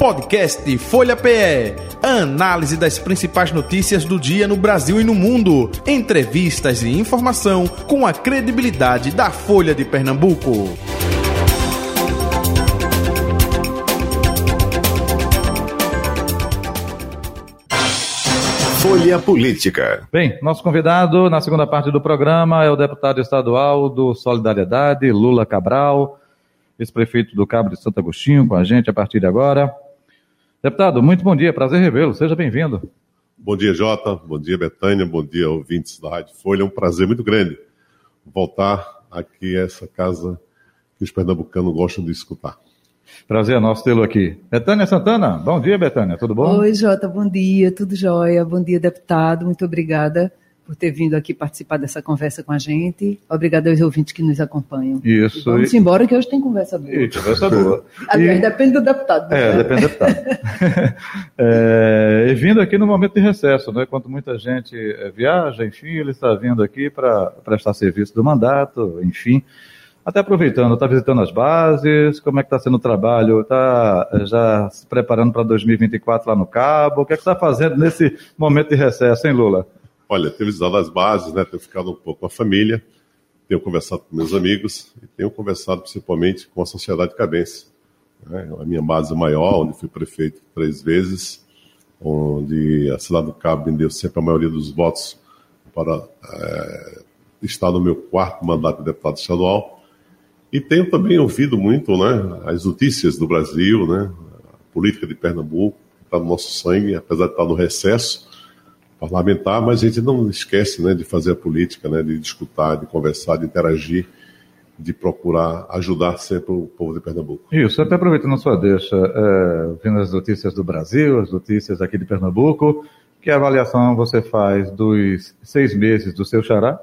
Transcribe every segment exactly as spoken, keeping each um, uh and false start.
Podcast Folha P E. Análise das principais notícias do dia no Brasil e no mundo. Entrevistas e informação com a credibilidade da Folha de Pernambuco. Folha Política. Bem, nosso convidado na segunda parte do programa é o deputado estadual do Solidariedade, Lula Cabral, ex-prefeito do Cabo de Santo Agostinho, com a gente a partir de agora. Deputado, muito bom dia, prazer revê-lo, seja bem-vindo. Bom dia, Jota, bom dia, Betânia, bom dia, ouvintes da Rádio Folha. É um prazer muito grande voltar aqui a essa casa que os pernambucanos gostam de escutar. Prazer é nosso tê-lo aqui. Betânia Santana, bom dia, Betânia, tudo bom? Oi, Jota, bom dia, tudo jóia, bom dia, deputado, muito obrigada por ter vindo aqui participar dessa conversa com a gente. Obrigada aos ouvintes que nos acompanham. Isso. E vamos e... embora que hoje tem conversa boa. E conversa boa. Aliás, e... depende do deputado. É, né? Depende do deputado. é, e vindo aqui no momento de recesso, né, quando muita gente viaja, enfim, ele está vindo aqui para prestar serviço do mandato, enfim. Até aproveitando, está visitando as bases, como é que está sendo o trabalho? Está já se preparando para dois mil e vinte e quatro lá no Cabo? O que é que está fazendo nesse momento de recesso, hein, Lula? Olha, tenho visitado as bases, né? Tenho ficado um pouco com a família, tenho conversado com meus amigos e tenho conversado principalmente com a sociedade cabense. Né? A minha base maior, onde fui prefeito três vezes, onde a cidade do Cabo me deu sempre a maioria dos votos para é, estar no meu quarto mandato de deputado estadual. E tenho também ouvido muito, né, as notícias do Brasil, né, a política de Pernambuco, que está no nosso sangue, apesar de estar no recesso parlamentar, mas a gente não esquece, né, de fazer a política, né, de discutir, de conversar, de interagir, de procurar ajudar sempre o povo de Pernambuco. Isso, até aproveitando a sua deixa, é, vendo as notícias do Brasil, as notícias aqui de Pernambuco, que avaliação você faz dos seis meses do seu xará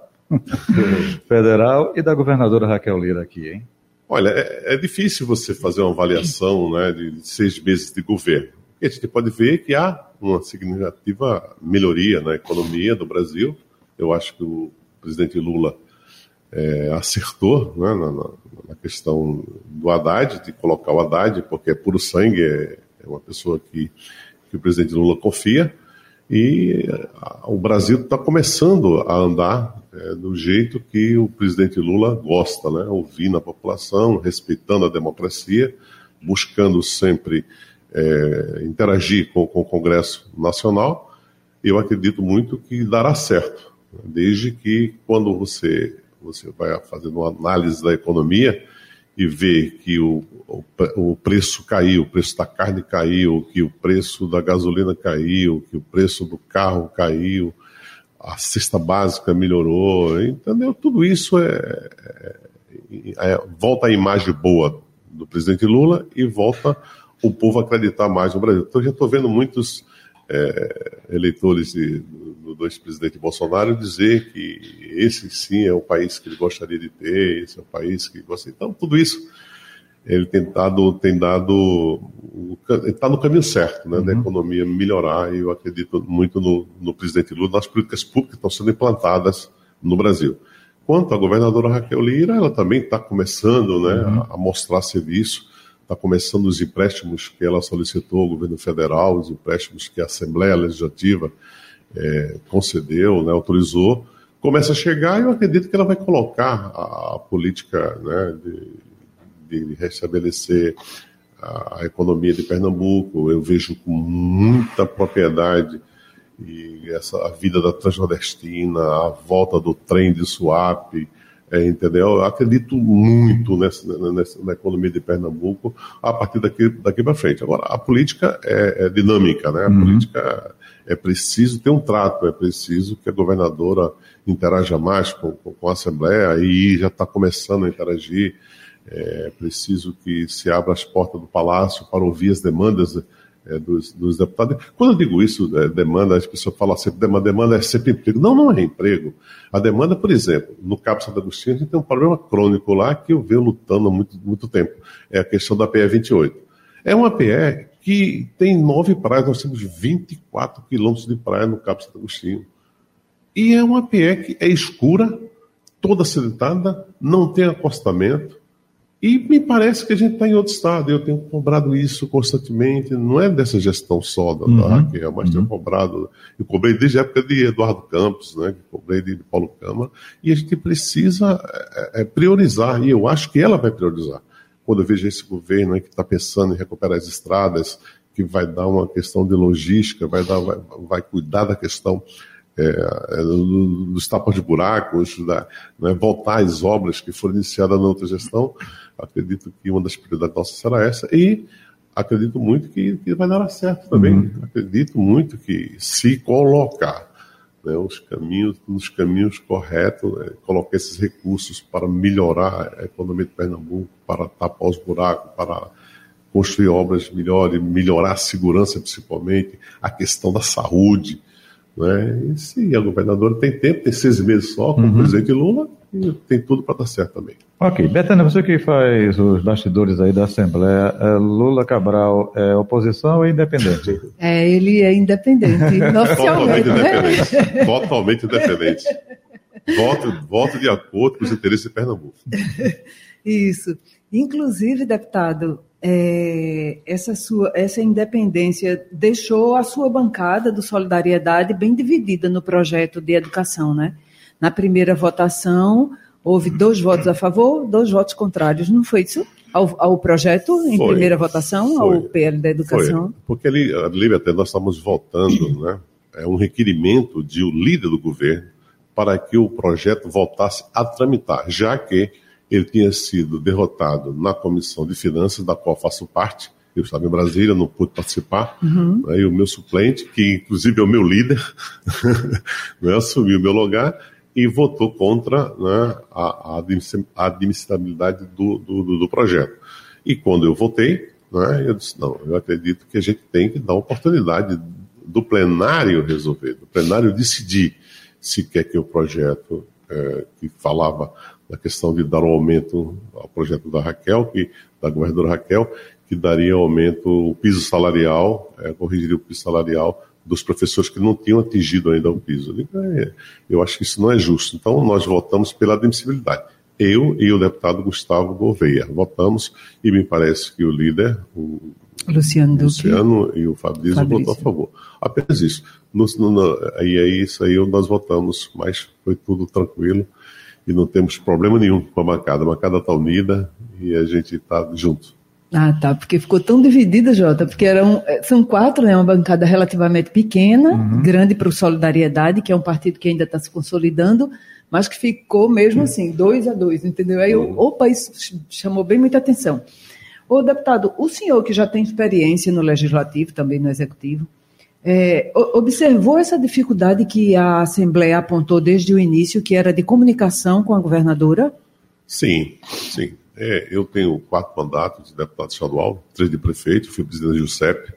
federal e da governadora Raquel Lira aqui, hein? Olha, é, é difícil você fazer uma avaliação, né, de seis meses de governo. A gente pode ver que há uma significativa melhoria na economia do Brasil. Eu acho que o presidente Lula é, acertou, né, na, na questão do Haddad, de colocar o Haddad, porque é puro sangue, é, é uma pessoa que, que o presidente Lula confia. E a, o Brasil está começando a andar é, do jeito que o presidente Lula gosta, né? Ouvindo a população, respeitando a democracia, buscando sempre é, interagir com, com o Congresso Nacional. Eu acredito muito que dará certo, né? Desde que quando você, você vai fazendo uma análise da economia e vê que o, o, o preço caiu, o preço da carne caiu, que o preço da gasolina caiu, que o preço do carro caiu, a cesta básica melhorou, entendeu? Tudo isso é, é, é, volta a imagem boa do presidente Lula e volta o povo a acreditar mais no Brasil. Então, eu já estou vendo muitos é, eleitores de, do, do ex-presidente Bolsonaro dizer que esse sim é o país que ele gostaria de ter, esse é o país que gosta. Então, tudo isso ele tem dado, tem dado está no caminho certo, né, uhum. da economia melhorar, e eu acredito muito no, no presidente Lula, nas políticas públicas que estão sendo implantadas no Brasil. Quanto à governadora Raquel Lira, ela também está começando, né, uhum. a, a mostrar serviço, está começando os empréstimos que ela solicitou ao governo federal, os empréstimos que a Assembleia Legislativa é, concedeu, né, autorizou, começa a chegar, e eu acredito que ela vai colocar a, a política, né, de de restabelecer a economia de Pernambuco. Eu vejo com muita propriedade e essa, a vida da Transnordestina, a volta do trem de Suape, é, entendeu? Eu acredito muito nessa, nessa, na economia de Pernambuco a partir daqui, daqui para frente. Agora, a política é, é dinâmica, né? A uhum. política é preciso ter um trato, é preciso que a governadora interaja mais com, com, com a Assembleia, e já está começando a interagir. É preciso que se abra as portas do Palácio para ouvir as demandas é, dos, dos deputados. Quando eu digo isso, é, demanda, as pessoas falam sempre, demanda, demanda é sempre emprego. Não, não é emprego. A demanda, por exemplo, no Cabo Santo Agostinho, a gente tem um problema crônico lá que eu venho lutando há muito, muito tempo. É a questão da P E vinte e oito. É uma P E que tem nove praias, nós temos vinte e quatro quilômetros de praia no Cabo Santo Agostinho. E é uma P E que é escura, toda acidentada, não tem acostamento, E me parece que a gente está em outro estado. Eu tenho cobrado isso constantemente, não é dessa gestão só da, uhum. da Raquel, mas uhum. tenho cobrado, eu cobrei desde a época de Eduardo Campos, né, cobrei de Paulo Câmara, e a gente precisa é, é, priorizar, e eu acho que ela vai priorizar. Quando eu vejo esse governo aí que está pensando em recuperar as estradas, que vai dar uma questão de logística, vai, dar, vai, vai cuidar da questão É, é, dos tapas de buracos, da, né, voltar às obras que foram iniciadas na outra gestão. Acredito que uma das prioridades nossas será essa, e acredito muito que, que vai dar certo também. Uhum. Acredito muito que, se colocar, né, os caminhos, nos caminhos corretos, né, colocar esses recursos para melhorar a economia de Pernambuco, para tapar os buracos, para construir obras melhores, melhorar a segurança principalmente, a questão da saúde. Né? E se a governadora tem tempo, tem seis meses só, com uhum. o presidente Lula, e tem tudo para dar certo também. Ok. Betânia, você que faz os bastidores aí da Assembleia, é, Lula Cabral é oposição ou é independente? É, ele é independente, totalmente independente. Totalmente independente. Voto, voto de acordo com os interesses de Pernambuco. Isso. Inclusive, deputado, É, essa, sua, essa independência deixou a sua bancada do Solidariedade bem dividida no projeto de educação, né? Na primeira votação, houve dois votos a favor, dois votos contrários, não foi isso? Ao, ao projeto, em foi, primeira votação, foi, ao P L da Educação? Foi. Porque ali, ali até nós estamos votando, né? É um requerimento de o líder do governo para que o projeto voltasse a tramitar, já que ele tinha sido derrotado na Comissão de Finanças, da qual faço parte. Eu estava em Brasília, não pude participar. Uhum. Né, e o meu suplente, que inclusive é o meu líder, né, assumiu o meu lugar e votou contra, né, a, a admissibilidade do, do, do projeto. E quando eu votei, né, eu disse, não, eu acredito que a gente tem que dar oportunidade do plenário resolver, do plenário decidir se quer que o projeto é, que falava da questão de dar um aumento ao projeto da Raquel, que, da governadora Raquel, que daria aumento, o piso salarial, é, corrigiria o piso salarial dos professores que não tinham atingido ainda o piso. Eu acho que isso não é justo. Então, nós votamos pela admissibilidade. Eu e o deputado Gustavo Gouveia votamos, e me parece que o líder, o Luciano, Luciano e o Fabrício votou a favor. Apenas isso. No, no, aí é isso, aí nós votamos, mas foi tudo tranquilo. E não temos problema nenhum com a bancada. A bancada está unida e a gente está junto. Ah, tá, porque ficou tão dividida, Jota, porque eram, são quatro, né, uma bancada relativamente pequena, uhum. grande para o Solidariedade, que é um partido que ainda está se consolidando, mas que ficou mesmo assim, dois a dois, entendeu? Aí, uhum. opa, isso chamou bem muita atenção. Ô, deputado, o senhor que já tem experiência no Legislativo, também no Executivo, É, observou essa dificuldade que a Assembleia apontou desde o início, que era de comunicação com a governadora? Sim, sim. É, eu tenho quatro mandatos de deputado estadual, três de prefeito, fui presidente da Jusep.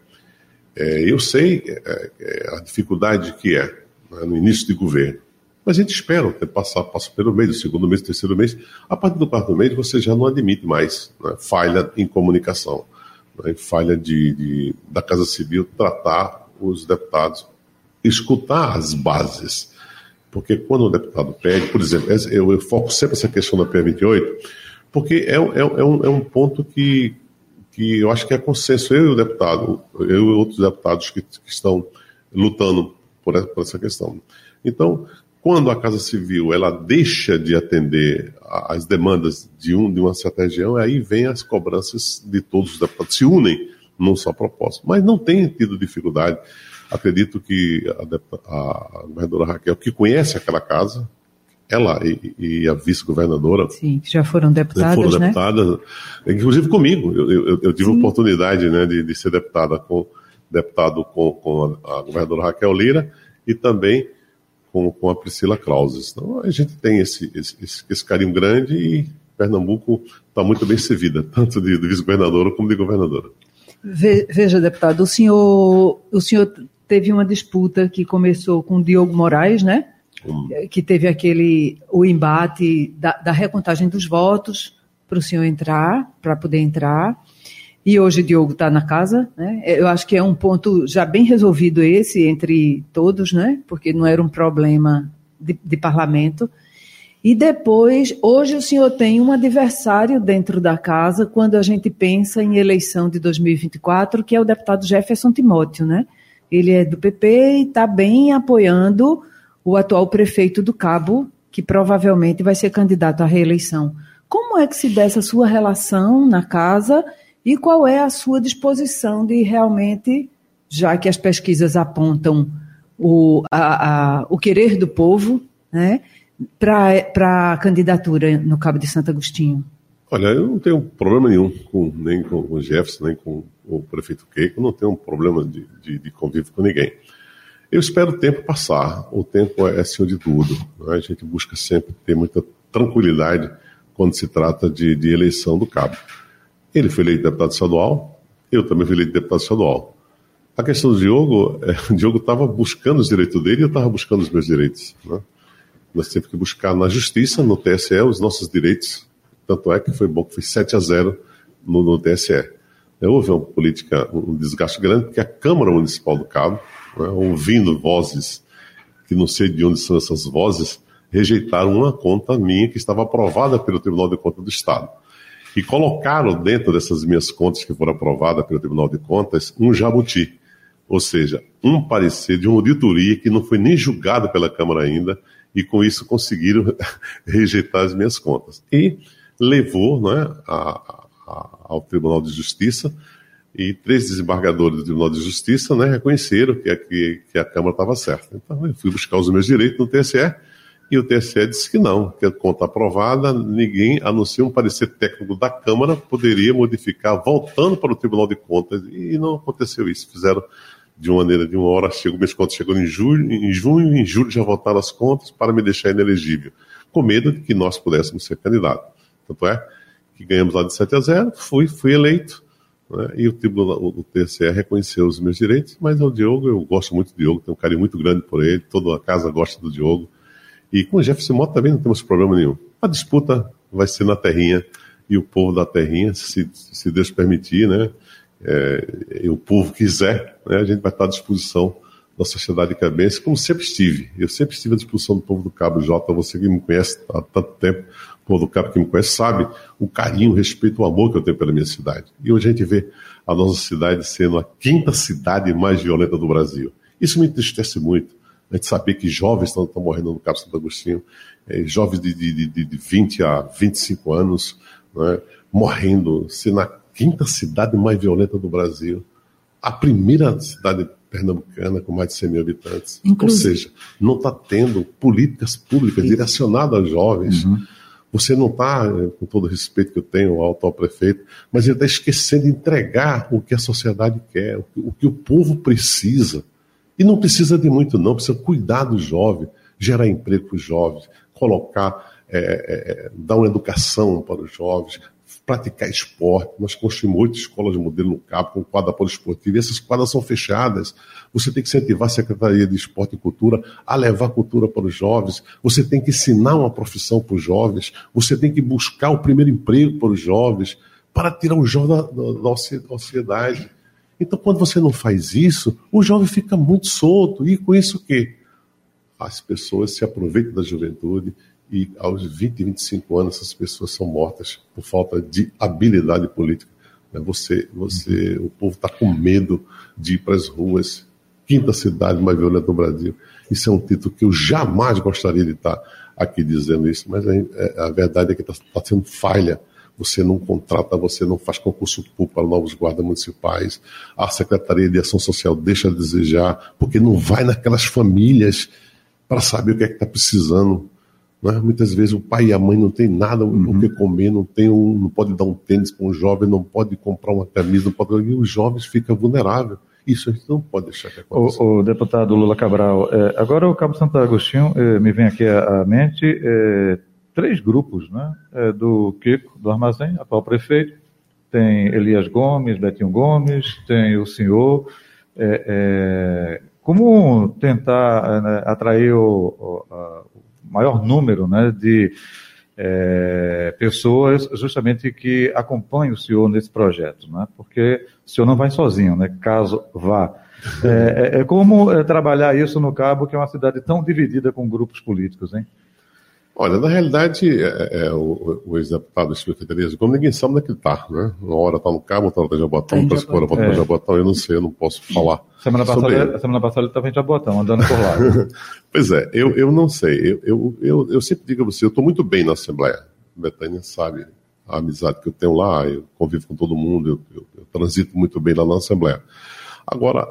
É, eu sei é, é, a dificuldade que é, né, no início de governo. Mas a gente espera até passar, passa pelo mês, do segundo mês, do terceiro mês. A partir do quarto mês, você já não admite mais, né, falha em comunicação, né, falha de, de, da Casa Civil tratar os deputados, escutar as bases, porque quando o deputado pede, por exemplo, eu, eu foco sempre essa questão da P vinte e oito, porque é, é, é, um, é um ponto que, que eu acho que é consenso, eu e o deputado, eu e outros deputados que, que estão lutando por, por essa questão. Então, quando a Casa Civil ela deixa de atender as demandas de, um, de uma certa região, aí vem as cobranças de todos os deputados, se unem num só propósito, mas não tem tido dificuldade. Acredito que a, a governadora Raquel, que conhece aquela casa, ela e, e a vice-governadora, sim, que já foram deputadas, foram né? deputadas, inclusive comigo. Eu, eu, eu tive a oportunidade, né, de, de ser deputada com, deputado com, com a, a governadora Raquel Lira e também com, com a Priscila Krause. Então a gente tem esse, esse, esse, esse carinho grande e Pernambuco está muito bem servida, tanto de, de vice-governadora como de governadora. Veja, deputado, o senhor, o senhor teve uma disputa que começou com o Diogo Moraes, né? Hum. Que teve aquele, o embate da, da recontagem dos votos para o senhor entrar, para poder entrar. E hoje o Diogo está na casa, né? Eu acho que é um ponto já bem resolvido esse entre todos, né? Porque não era um problema de, de parlamento. E depois, hoje o senhor tem um adversário dentro da casa quando a gente pensa em eleição de dois mil e vinte e quatro, que é o deputado Jefferson Timóteo, né? Ele é do P P e está bem apoiando o atual prefeito do Cabo, que provavelmente vai ser candidato à reeleição. Como é que se dá essa sua relação na casa e qual é a sua disposição de realmente, já que as pesquisas apontam o, a, a, o querer do povo, né, para a candidatura no Cabo de Santo Agostinho? Olha, eu não tenho problema nenhum com, nem com o Jefferson, nem com o prefeito Keiko, não tenho um problema de, de, de convívio com ninguém. Eu espero o tempo passar, o tempo é senhor de tudo, né? A gente busca sempre ter muita tranquilidade quando se trata de, de eleição do Cabo. Ele foi eleito deputado estadual, eu também fui eleito deputado estadual. A questão do Diogo, é, o Diogo estava buscando os direitos dele e eu estava buscando os meus direitos, né? Nós temos que buscar na justiça, no T S E, os nossos direitos. Tanto é que foi bom que foi sete a zero no, no T S E. Houve uma política, um desgaste grande, porque a Câmara Municipal do Cabo, né, ouvindo vozes, que não sei de onde são essas vozes, rejeitaram uma conta minha que estava aprovada pelo Tribunal de Contas do Estado. E colocaram dentro dessas minhas contas que foram aprovadas pelo Tribunal de Contas um jabuti. Ou seja, um parecer de uma auditoria que não foi nem julgada pela Câmara ainda, e com isso conseguiram rejeitar as minhas contas. E levou, né, a, a, ao Tribunal de Justiça, e três desembargadores do Tribunal de Justiça, né, reconheceram que a, que, que a Câmara estava certa. Então eu fui buscar os meus direitos no T S E, e o T S E disse que não, que a conta aprovada, ninguém, a não ser um parecer técnico da Câmara, poderia modificar, voltando para o Tribunal de Contas, e não aconteceu isso. Fizeram de uma maneira, de uma hora, chegou, minhas contas chegou em julho, em junho, em julho já voltaram as contas para me deixar inelegível, com medo de que nós pudéssemos ser candidatos. Tanto é que ganhamos lá de sete a zero, fui, fui eleito, né, e o, tribunal, o T S E reconheceu os meus direitos, mas o Diogo, eu gosto muito do Diogo, tenho um carinho muito grande por ele, toda a casa gosta do Diogo, e com o Jefferson Mota também não temos problema nenhum. A disputa vai ser na terrinha, e o povo da terrinha, se, se Deus permitir, né, é, e o povo quiser, né, a gente vai estar à disposição da sociedade cabense, como sempre estive. Eu sempre estive à disposição do povo do Cabo. Jota, você que me conhece há tanto tempo, o povo do Cabo que me conhece, sabe o carinho, o respeito, o amor que eu tenho pela minha cidade. E hoje a gente vê a nossa cidade sendo a quinta cidade mais violenta do Brasil. Isso me entristece muito. A gente saber que jovens estão, estão morrendo no Cabo Santo Agostinho, é, jovens de, de, de, de vinte a vinte e cinco anos, né, morrendo, sendo a quinta cidade mais violenta do Brasil, a primeira cidade pernambucana com mais de cem mil habitantes. Inclusive. Ou seja, não está tendo políticas públicas Isso. direcionadas aos jovens. Uhum. Você não está, com todo o respeito que eu tenho ao atual prefeito, mas ele está esquecendo de entregar o que a sociedade quer, o que o povo precisa. E não precisa de muito não, precisa cuidar do jovem, gerar emprego para os jovens, colocar, é, é, dar uma educação para os jovens, praticar esporte. Nós construímos oito escolas de modelo no Cabo, com quadra poliesportiva, e essas quadras são fechadas. Você tem que incentivar a Secretaria de Esporte e Cultura a levar cultura para os jovens, você tem que ensinar uma profissão para os jovens, você tem que buscar o primeiro emprego para os jovens, para tirar o jovem da, da, da sociedade. Então, quando você não faz isso, o jovem fica muito solto, e com isso o quê? As pessoas se aproveitam da juventude, e aos vinte, vinte e cinco anos essas pessoas são mortas por falta de habilidade política. Você, você, o povo está com medo de ir para as ruas. Quinta cidade mais violenta do Brasil. Isso é um título que eu jamais gostaria de estar aqui dizendo isso, mas a, a verdade é que está tá sendo falha. Você não contrata, você não faz concurso público para novos guardas municipais. A Secretaria de Ação Social deixa a desejar, porque não vai naquelas famílias para saber o que é que está precisando. Né? Muitas vezes o pai e a mãe não tem nada uhum. o que comer, não, tem um, não pode dar um tênis para um jovem, não pode comprar uma camisa, não pode... e os jovens ficam vulneráveis. Isso a gente não pode deixar que aconteça. O, o deputado Lula Cabral, é, agora o Cabo Santo Agostinho, é, me vem aqui à, à mente é, três grupos, né? É, do Kiko, do Armazém, atual prefeito, tem Elias Gomes, Betinho Gomes, tem o senhor. É, é, como tentar né, atrair o, o, a, maior número, né, de é, pessoas justamente que acompanhem o senhor nesse projeto, né, porque o senhor não vai sozinho, né, caso vá. É, é, é como é, trabalhar isso no Cabo, que é uma cidade tão dividida com grupos políticos, hein? Olha, na realidade, é, é, o, o ex-deputado do Secretaria de Gomes, ninguém sabe onde é que ele está, né? Uma hora está no Cabo, outra hora está em Jabotão, outra hora volta para Jabotão, eu não sei, eu não posso falar. Semana passada, semana passada ele estava em Jabotão, andando por lá. Pois é, eu, eu não sei, eu, eu, eu, eu sempre digo a você, eu estou muito bem na Assembleia, Betânia sabe a amizade que eu tenho lá, eu convivo com todo mundo, eu, eu, eu transito muito bem lá na Assembleia. Agora,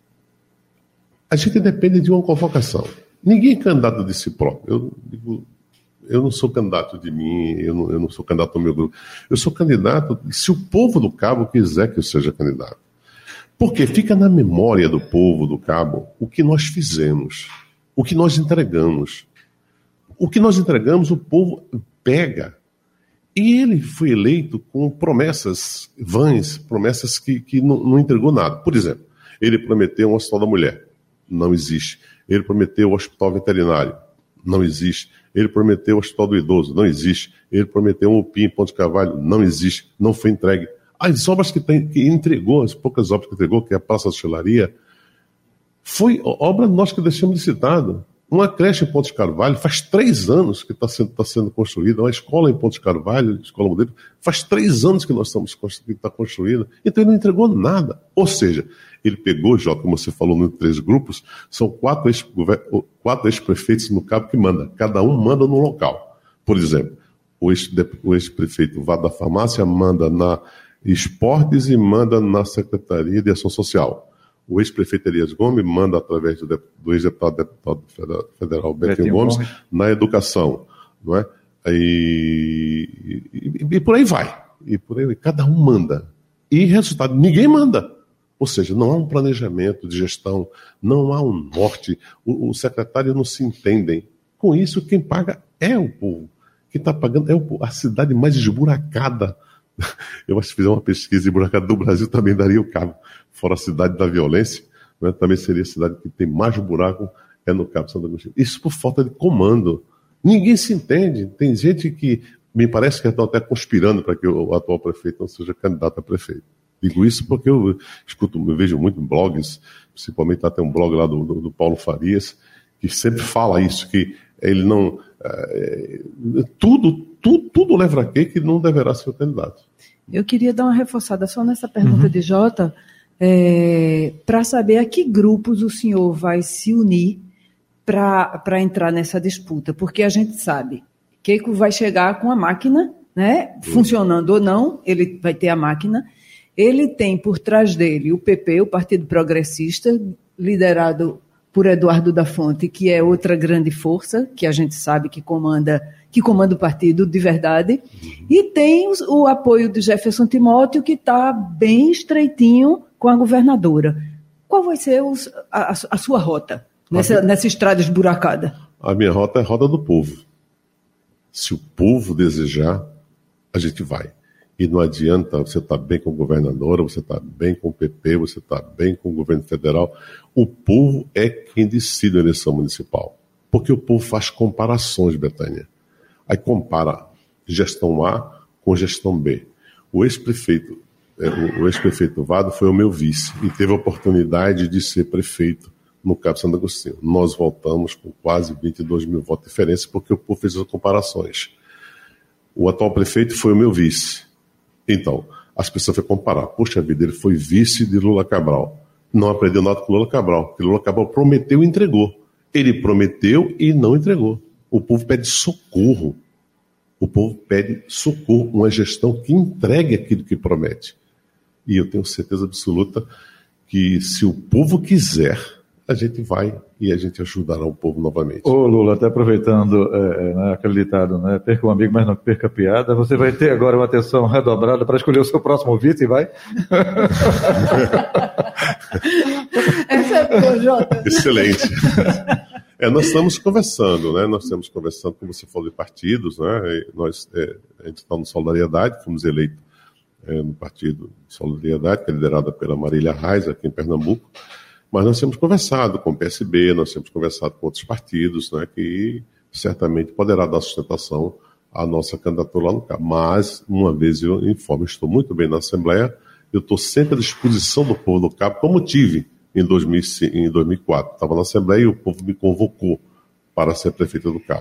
a gente depende de uma convocação. Ninguém é candidato de si próprio. Eu digo, eu não sou candidato de mim, eu não, eu não sou candidato do meu grupo. Eu sou candidato se o povo do Cabo quiser que eu seja candidato. Porque fica na memória do povo do Cabo o que nós fizemos, o que nós entregamos. O que nós entregamos, o povo pega. E ele foi eleito com promessas vãs, promessas que, que não, não entregou nada. Por exemplo, ele prometeu um hospital da mulher. Não existe. Ele prometeu o hospital veterinário. Não existe. Ele prometeu o hospital do idoso. Não existe. Ele prometeu um U P I em Ponte Carvalho. Não existe. Não foi entregue. As obras que, tem, que entregou, as poucas obras que entregou, que é a Praça da Chelaria, foi obra nossa que deixamos licitado. Uma creche em Ponte Carvalho, faz três anos que está sendo, tá sendo construída. Uma escola em Ponte Carvalho, escola modelo, faz três anos que nós estamos que está construída. Então ele não entregou nada. Ou seja, ele pegou, Jota, como você falou, nos três grupos, são quatro, ex, quatro ex-prefeitos no Cabo que mandam. Cada um manda no local. Por exemplo, o, ex, o ex-prefeito Vado da Farmácia manda na Esportes e manda na Secretaria de Ação Social. O ex-prefeito Elias Gomes manda através do, do ex-deputado deputado federal Betinho Gomes, Gomes na educação, não é? E, e, e por aí vai. E por aí, cada um manda. E resultado, ninguém manda. Ou seja, não há um planejamento de gestão, não há um norte, o, o secretário não se entendem. Com isso, quem paga é o povo. Quem está pagando é o povo. A cidade mais esburacada. Eu acho que se fizer uma pesquisa esburacada do Brasil também daria o Cabo. Fora a cidade da violência, né, também seria a cidade que tem mais buraco, é no Cabo Santo Agostinho. Isso por falta de comando. Ninguém se entende. Tem gente que me parece que estão até conspirando para que o atual prefeito não seja candidato a prefeito. Digo isso porque eu escuto, eu vejo muito blogs, principalmente até um blog lá do, do, do Paulo Farias, que sempre fala isso, que ele não... É, tudo, tudo, tudo leva a quê que não deverá ser o candidato. Eu queria dar uma reforçada só nessa pergunta uhum. de Jota, é, para saber a que grupos o senhor vai se unir para entrar nessa disputa, porque a gente sabe que vai chegar com a máquina, né, uhum. funcionando ou não, ele vai ter a máquina, ele tem por trás dele o P P, o Partido Progressista, liderado por Eduardo da Fonte, que é outra grande força, que a gente sabe que comanda, que comanda o partido de verdade, uhum. e tem o, o apoio de Jefferson Timóteo, que está bem estreitinho com a governadora. Qual vai ser os, a, a sua rota nessa, minha, nessa estrada esburacada? A minha rota é a rota do povo. Se o povo desejar, a gente vai. E não adianta você estar bem com a governadora, você estar bem com o P P, você estar bem com o governo federal. O povo é quem decide a eleição municipal. Porque o povo faz comparações, Betânia. Aí compara gestão A com gestão B. O ex-prefeito, o ex-prefeito Vado foi o meu vice e teve a oportunidade de ser prefeito no Cabo Santo Agostinho. Nós voltamos com quase vinte e dois mil votos de diferença porque o povo fez as comparações. O atual prefeito foi o meu vice. Então, as pessoas vão comparar. Poxa vida, ele foi vice de Lula Cabral. Não aprendeu nada com Lula Cabral, porque Lula Cabral prometeu e entregou. Ele prometeu e não entregou. O povo pede socorro. O povo pede socorro, uma gestão que entregue aquilo que promete. E eu tenho certeza absoluta que se o povo quiser, a gente vai e a gente ajudará o povo novamente. Ô Lula, até aproveitando é, né, aquele ditado, né, perca um amigo, mas não perca a piada, você vai ter agora uma atenção redobrada para escolher o seu próximo vice, vai? Essa é boa, Jota. Excelente. É, nós estamos conversando, né? Nós estamos conversando, como você falou, de partidos, né? E nós, é, a gente está no Solidariedade, fomos eleitos é, no partido Solidariedade, que é liderada pela Marília Reis, aqui em Pernambuco. Mas nós temos conversado com o P S B, nós temos conversado com outros partidos, né, que certamente poderá dar sustentação à nossa candidatura lá no Cabo. Mas, uma vez eu informo, estou muito bem na Assembleia, eu estou sempre à disposição do povo do Cabo, como tive em, dois mil e quatro. Estava na Assembleia e o povo me convocou para ser prefeito do Cabo.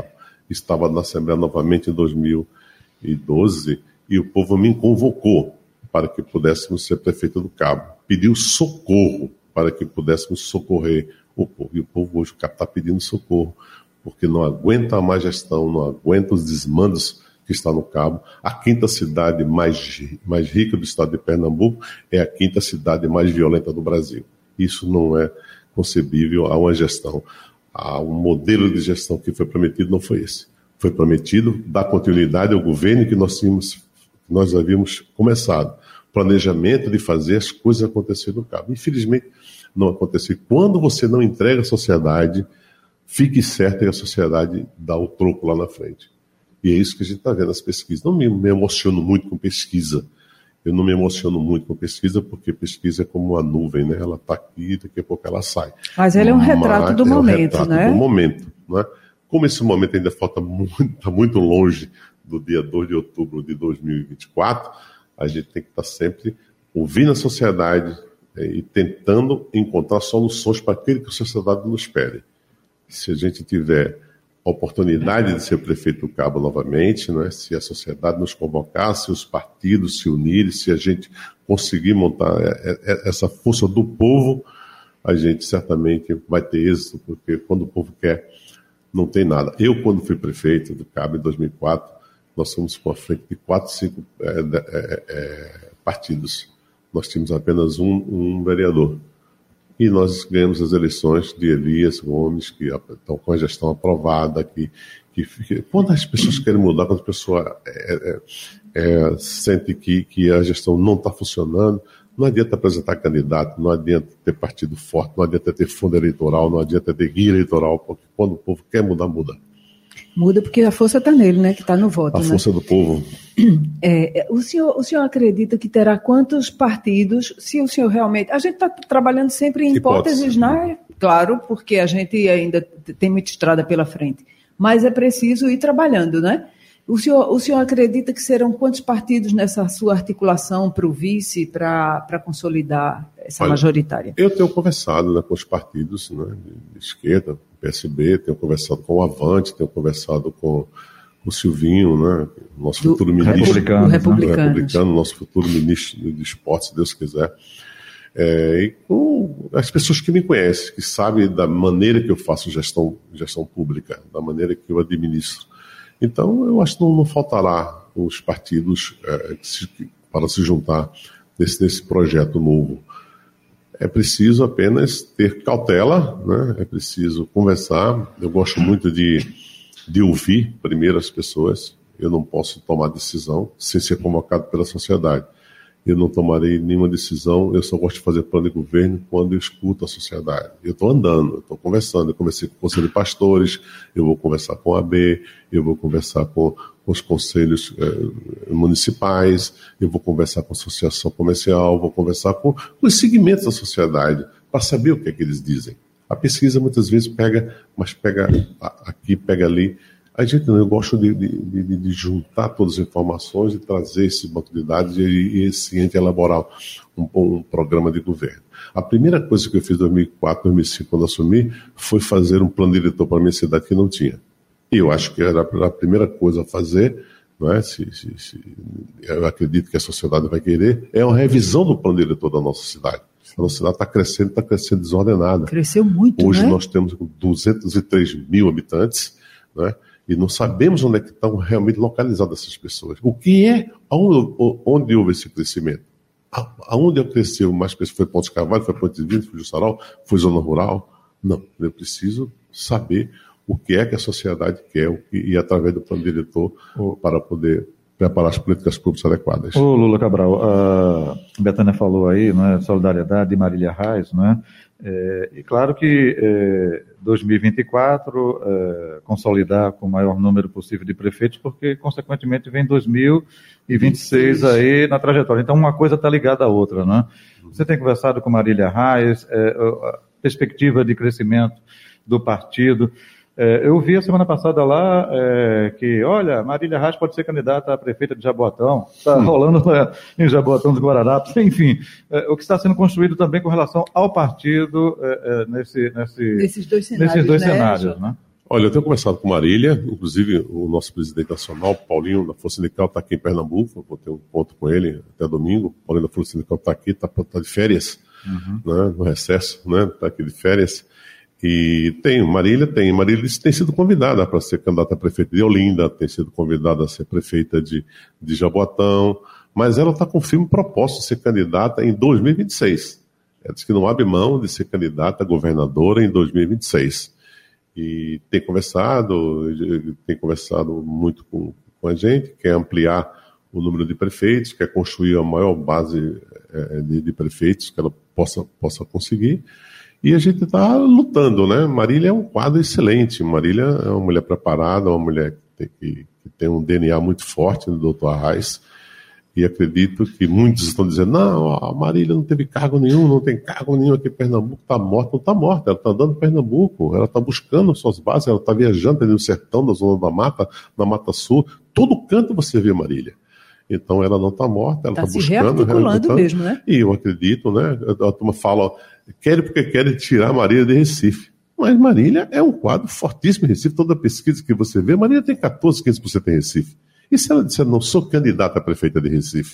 estava na Assembleia novamente em dois mil e doze e o povo me convocou para que pudéssemos ser prefeito do Cabo. Pediu socorro para que pudéssemos socorrer o povo. E o povo hoje está pedindo socorro, porque não aguenta a má gestão, não aguenta os desmandos que está no Cabo. A quinta cidade mais, mais rica do estado de Pernambuco é a quinta cidade mais violenta do Brasil. Isso não é concebível a uma gestão. A um modelo de gestão que foi prometido não foi esse. Foi prometido dar continuidade ao governo que nós, tínhamos, nós havíamos começado. Planejamento de fazer as coisas acontecerem no Cabo. Infelizmente, não aconteceu. Quando você não entrega a sociedade, fique certo que a sociedade dá o troco lá na frente. E é isso que a gente está vendo nas pesquisas. Não me, me emociono muito com pesquisa. Eu não me emociono muito com pesquisa, porque pesquisa é como uma nuvem, né? Ela está aqui e daqui a pouco ela sai. Mas ela é um retrato Mas do é um momento, retrato né? do momento, né? Como esse momento ainda falta muito, está muito longe do dia dois de outubro de dois mil e vinte e quatro, a gente tem que estar sempre ouvindo a sociedade é, e tentando encontrar soluções para aquilo que a sociedade nos pede. Se a gente tiver a oportunidade de ser prefeito do Cabo novamente, né, se a sociedade nos convocar, se os partidos se unirem, se a gente conseguir montar essa força do povo, a gente certamente vai ter êxito, porque quando o povo quer, não tem nada. Eu, quando fui prefeito do Cabo em dois mil e quatro, nós fomos com a frente de quatro, cinco é, é, é, partidos. Nós tínhamos apenas um, um vereador. E nós ganhamos as eleições de Elias Gomes, que estão com a gestão aprovada, que, que, que quando as pessoas querem mudar, quando a pessoa é, é, é, sente que, que a gestão não está funcionando, não adianta apresentar candidato, não adianta ter partido forte, não adianta ter fundo eleitoral, não adianta ter guia eleitoral, porque quando o povo quer mudar, muda. Muda porque a força está nele, né? Que está no voto. A né? força do povo. É, o, senhor, o senhor acredita que terá quantos partidos, se o senhor realmente... A gente está trabalhando sempre em hipóteses, né? Claro, porque a gente ainda tem muita estrada pela frente. Mas é preciso ir trabalhando, né? O senhor, o senhor acredita que serão quantos partidos nessa sua articulação para o vice, para consolidar essa Olha, majoritária? Eu tenho conversado, né, com os partidos, né, de esquerda, P S B, tenho conversado com o Avante, tenho conversado com o Silvinho, né, nosso do, futuro ministro. Republicano, né, republicano. republicano, nosso futuro ministro de esporte, se Deus quiser. É, e com as pessoas que me conhecem, que sabem da maneira que eu faço gestão, gestão pública, da maneira que eu administro. Então, eu acho que não, não faltará os partidos é, se, para se juntar nesse, nesse projeto novo. É preciso apenas ter cautela, né? É preciso conversar. Eu gosto muito de, de ouvir primeiro as pessoas. Eu não posso tomar decisão sem ser convocado pela sociedade. Eu não tomarei nenhuma decisão, eu só gosto de fazer plano de governo quando eu escuto a sociedade. Eu estou andando, eu estou conversando, eu conversei com o Conselho de Pastores, eu vou conversar com a A B, eu vou conversar com, com os conselhos eh, municipais, eu vou conversar com a associação comercial, vou conversar com, com os segmentos da sociedade, para saber o que é que eles dizem. A pesquisa muitas vezes pega, mas pega aqui, pega ali. A gente não, eu gosto de, de, de, de juntar todas as informações e trazer esse banco de dados e, e esse ente elaborar um, um programa de governo. A primeira coisa que eu fiz em dois mil e quatro, dois mil e cinco, quando assumi, foi fazer um plano diretor para a minha cidade que não tinha. E eu acho que era a primeira coisa a fazer, não é? se, se, se, eu acredito que a sociedade vai querer, é uma revisão do plano diretor da nossa cidade. A nossa cidade está crescendo, está crescendo desordenada. Cresceu muito, Hoje né? nós temos duzentos e três mil habitantes, não é? E não sabemos onde é que estão realmente localizadas essas pessoas. O que é, aonde, onde houve esse crescimento? Aonde cresceu mais pessoas? Foi Pontes Carvalho, foi Ponte Divino, foi Jussaral, foi zona rural? Não, eu preciso saber o que é que a sociedade quer o que, e através do plano diretor oh. para poder preparar as políticas públicas adequadas. Ô Lula Cabral, a Betânia falou aí, não é, solidariedade de Marília Reis, não é? É, e claro que é, dois mil e vinte e quatro é, consolidar com o maior número possível de prefeitos, porque consequentemente vem dois mil e vinte e seis aí na trajetória. Então uma coisa está ligada à outra, né? Você tem conversado com Marília Reis, é, a perspectiva de crescimento do partido. É, eu vi a semana passada lá é, que, olha, Marília Reis pode ser candidata a prefeita de Jaboatão, está rolando né, em Jaboatão dos Guararapes, enfim, é, o que está sendo construído também com relação ao partido é, é, nesse, nesse, nesses dois cenários. nesses dois né, cenários né? Olha, eu tenho conversado com Marília, inclusive o nosso presidente nacional, Paulinho da Força Sindical, está aqui em Pernambuco, eu vou ter um encontro com ele até domingo. Paulinho da Força Sindical está aqui, está tá de férias, uhum. né, no recesso, né, está aqui de férias. E tem, Marília tem, Marília tem sido convidada para ser candidata a prefeita de Olinda, tem sido convidada a ser prefeita de, de Jaboatão, mas ela está com firme propósito de ser candidata em dois mil e vinte e seis. Ela diz que não abre mão de ser candidata a governadora em dois mil e vinte e seis. E tem conversado, tem conversado muito com, com a gente, quer ampliar o número de prefeitos, quer construir a maior base é, de, de prefeitos que ela possa, possa conseguir. E a gente está lutando, né? Marília é um quadro excelente. Marília é uma mulher preparada, uma mulher que tem, que, que tem um D N A muito forte do doutor Arraes. E acredito que muitos estão dizendo, não, a Marília não teve cargo nenhum, não tem cargo nenhum aqui em Pernambuco, está morta. Não está morta, ela está andando em Pernambuco, ela está buscando suas bases, ela está viajando ali no sertão, na zona da mata, na Mata Sul. Todo canto você vê Marília. Então ela não está morta, ela está tá buscando. Está se rearticulando mesmo, né? E eu acredito, né? A turma fala, querem porque querem tirar Marília de Recife. Mas Marília é um quadro fortíssimo em Recife. Toda pesquisa que você vê, Marília tem quatorze, quinze por cento em Recife. E se ela disser, não sou candidata a prefeita de Recife?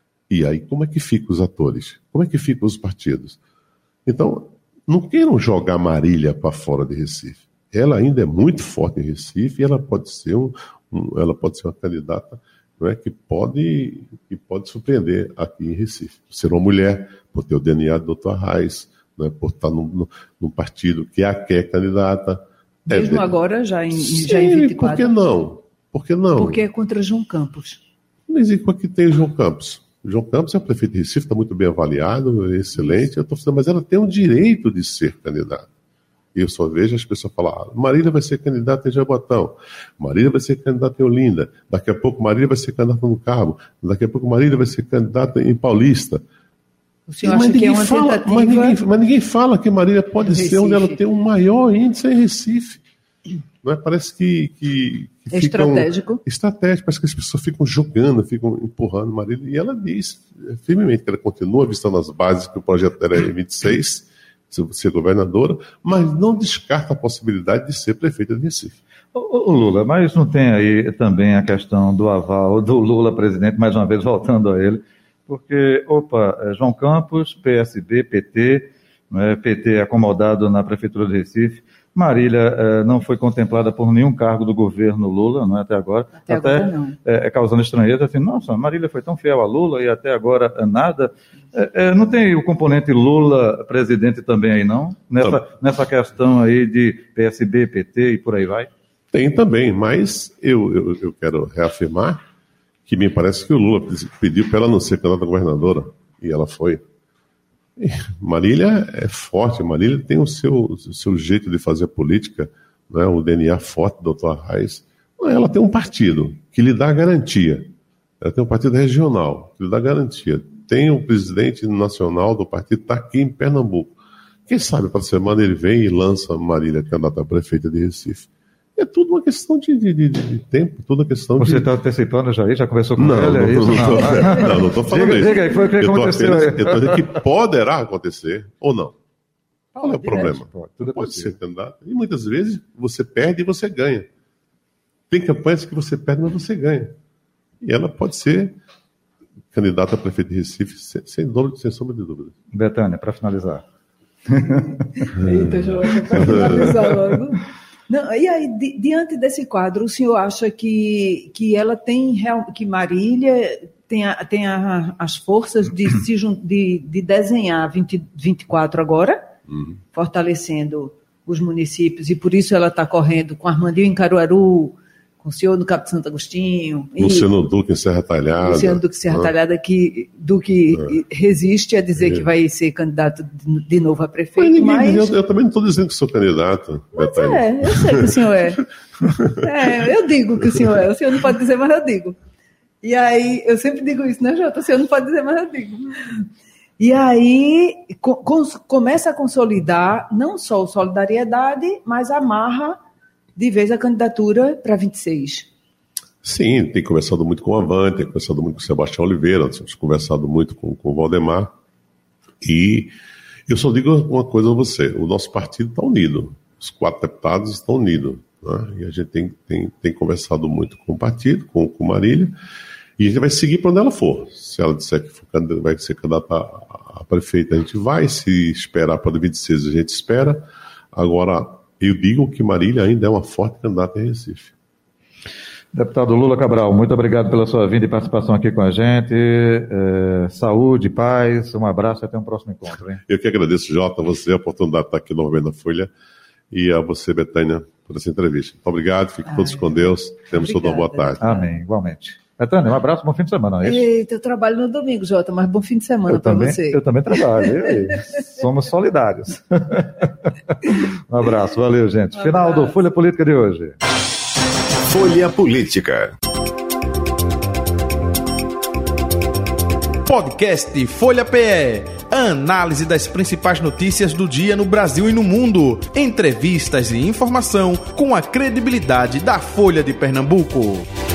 E aí, como é que ficam os atores? Como é que ficam os partidos? Então, não queiram jogar Marília para fora de Recife. Ela ainda é muito forte em Recife e ela pode ser, um, um, ela pode ser uma candidata, não é, que, pode, que pode surpreender aqui em Recife. Por ser uma mulher, por ter o D N A do doutor Arraes, né, por estar num, num partido que a quer candidata. Mesmo é, agora, já em, sim, já em vinte e quatro? Por que não? Por que não? Porque é contra João Campos. Mas e aqui tem João Campos? João Campos é o prefeito de Recife, está muito bem avaliado, é excelente, eu tô falando, mas ela tem o direito de ser candidata. E eu só vejo as pessoas falar, ah, Marília vai ser candidata em Jaboatão, Marília vai ser candidata em Olinda, daqui a pouco Marília vai ser candidata no Cabo, daqui a pouco Marília vai ser candidata em Paulista. O senhor acha que é uma fala, tentativa... Mas ninguém, mas ninguém fala que Marília pode Recife. Ser onde ela tem um maior índice em Recife. Não é? Parece que, que, que é ficam, estratégico. Estratégico, parece que as pessoas ficam jogando, ficam empurrando Marília. E ela diz firmemente que ela continua avistando as bases que o projeto dela é em vinte e seis, ser governadora, mas não descarta a possibilidade de ser prefeita de Recife. Ô, ô, Lula, mas não tem aí também a questão do aval do Lula presidente, mais uma vez voltando a ele, porque, opa, João Campos, P S B, P T, né, P T acomodado na prefeitura de Recife, Marília eh, não foi contemplada por nenhum cargo do governo Lula, não é, até agora. Até, até agora não. É, é causando estranheza, assim, nossa, Marília foi tão fiel a Lula e até agora nada. É, é, não tem o componente Lula presidente também aí, não? Nessa, tá. nessa questão aí de P S B, P T e por aí vai? Tem também, mas eu, eu, eu quero reafirmar que me parece que o Lula pediu para ela não ser candidata a governadora, e ela foi. Marília é forte, Marília tem o seu, o seu jeito de fazer política, né, o D N A forte do doutor Arraes. Ela tem um partido que lhe dá garantia. Ela tem um partido regional que lhe dá garantia. Tem o presidente nacional do partido, está aqui em Pernambuco. Quem sabe, para a semana, ele vem e lança Marília, candidata a prefeita de Recife. É tudo uma questão de, de, de, de tempo, tudo uma questão Você de... Você está antecipando já aí? Já conversou com não, ele? Não, é isso? não, não, não, não estou falando diga, isso. Diga, foi o que aconteceu aí. Eu estou dizendo que poderá acontecer ou não. Qual é o problema? Pode, tudo é pode ser candidato. E muitas vezes você perde e você ganha. Tem campanhas que você perde, mas você ganha. E ela pode ser candidata a prefeito de Recife, sem, sem, dúvida, sem sombra de dúvida. Betânia, para finalizar. Eita, João, para finalizar logo. Não, e aí, di, diante desse quadro, o senhor acha que, que ela tem, que Marília tem, a, tem a, as forças de, se, de, de desenhar vinte, vinte e quatro agora, uhum. fortalecendo os municípios, e por isso ela está correndo com Armandinho em Caruaru, com o senhor no Cabo de Santo Agostinho. Luciano Duque em Serra Talhada. Luciano Duque em Serra ah. Talhada, que Duque é. resiste a dizer é. que vai ser candidato de, de novo a prefeito. Mas ninguém, mas... Eu, eu também não estou dizendo que sou candidato. Mas é, eu sei que o senhor é. é. Eu digo que o senhor é. O senhor não pode dizer, mas eu digo. E aí, eu sempre digo isso, né, Jota? O senhor não pode dizer, mas eu digo. E aí, com, com, começa a consolidar não só o Solidariedade, mas amarra de vez a candidatura para vinte e seis. Sim, tem conversado muito com o Avante, tem conversado muito com o Sebastião Oliveira, temos conversado muito com, com o Valdemar. E eu só digo uma coisa a você, o nosso partido está unido, os quatro deputados estão unidos. né? E a gente tem, tem, tem conversado muito com o partido, com, com Marília, e a gente vai seguir para onde ela for. Se ela disser que for, vai ser candidata a, a prefeita, a gente vai. Se esperar para vinte e seis, a gente espera. Agora, eu digo que Marília ainda é uma forte candidata em Recife. Deputado Lula Cabral, muito obrigado pela sua vinda e participação aqui com a gente. É, saúde, paz, um abraço e até um próximo encontro. Hein? Eu que agradeço, Jota, a você, a oportunidade de estar aqui novamente na Folha, e a você, Betânia, por essa entrevista. Muito obrigado, fiquem Ai, todos com Deus. Temos toda uma boa tarde. Amém, igualmente. Betânia, um abraço, bom fim de semana. É isso? Eita, eu trabalho no domingo, Jota, mas bom fim de semana para você. Eu também trabalho, eu, eu. Somos solidários. Um abraço, valeu, gente. Um Final abraço. Do Folha Política de hoje. Folha Política. Podcast Folha P E. Análise das principais notícias do dia no Brasil e no mundo. Entrevistas e informação com a credibilidade da Folha de Pernambuco.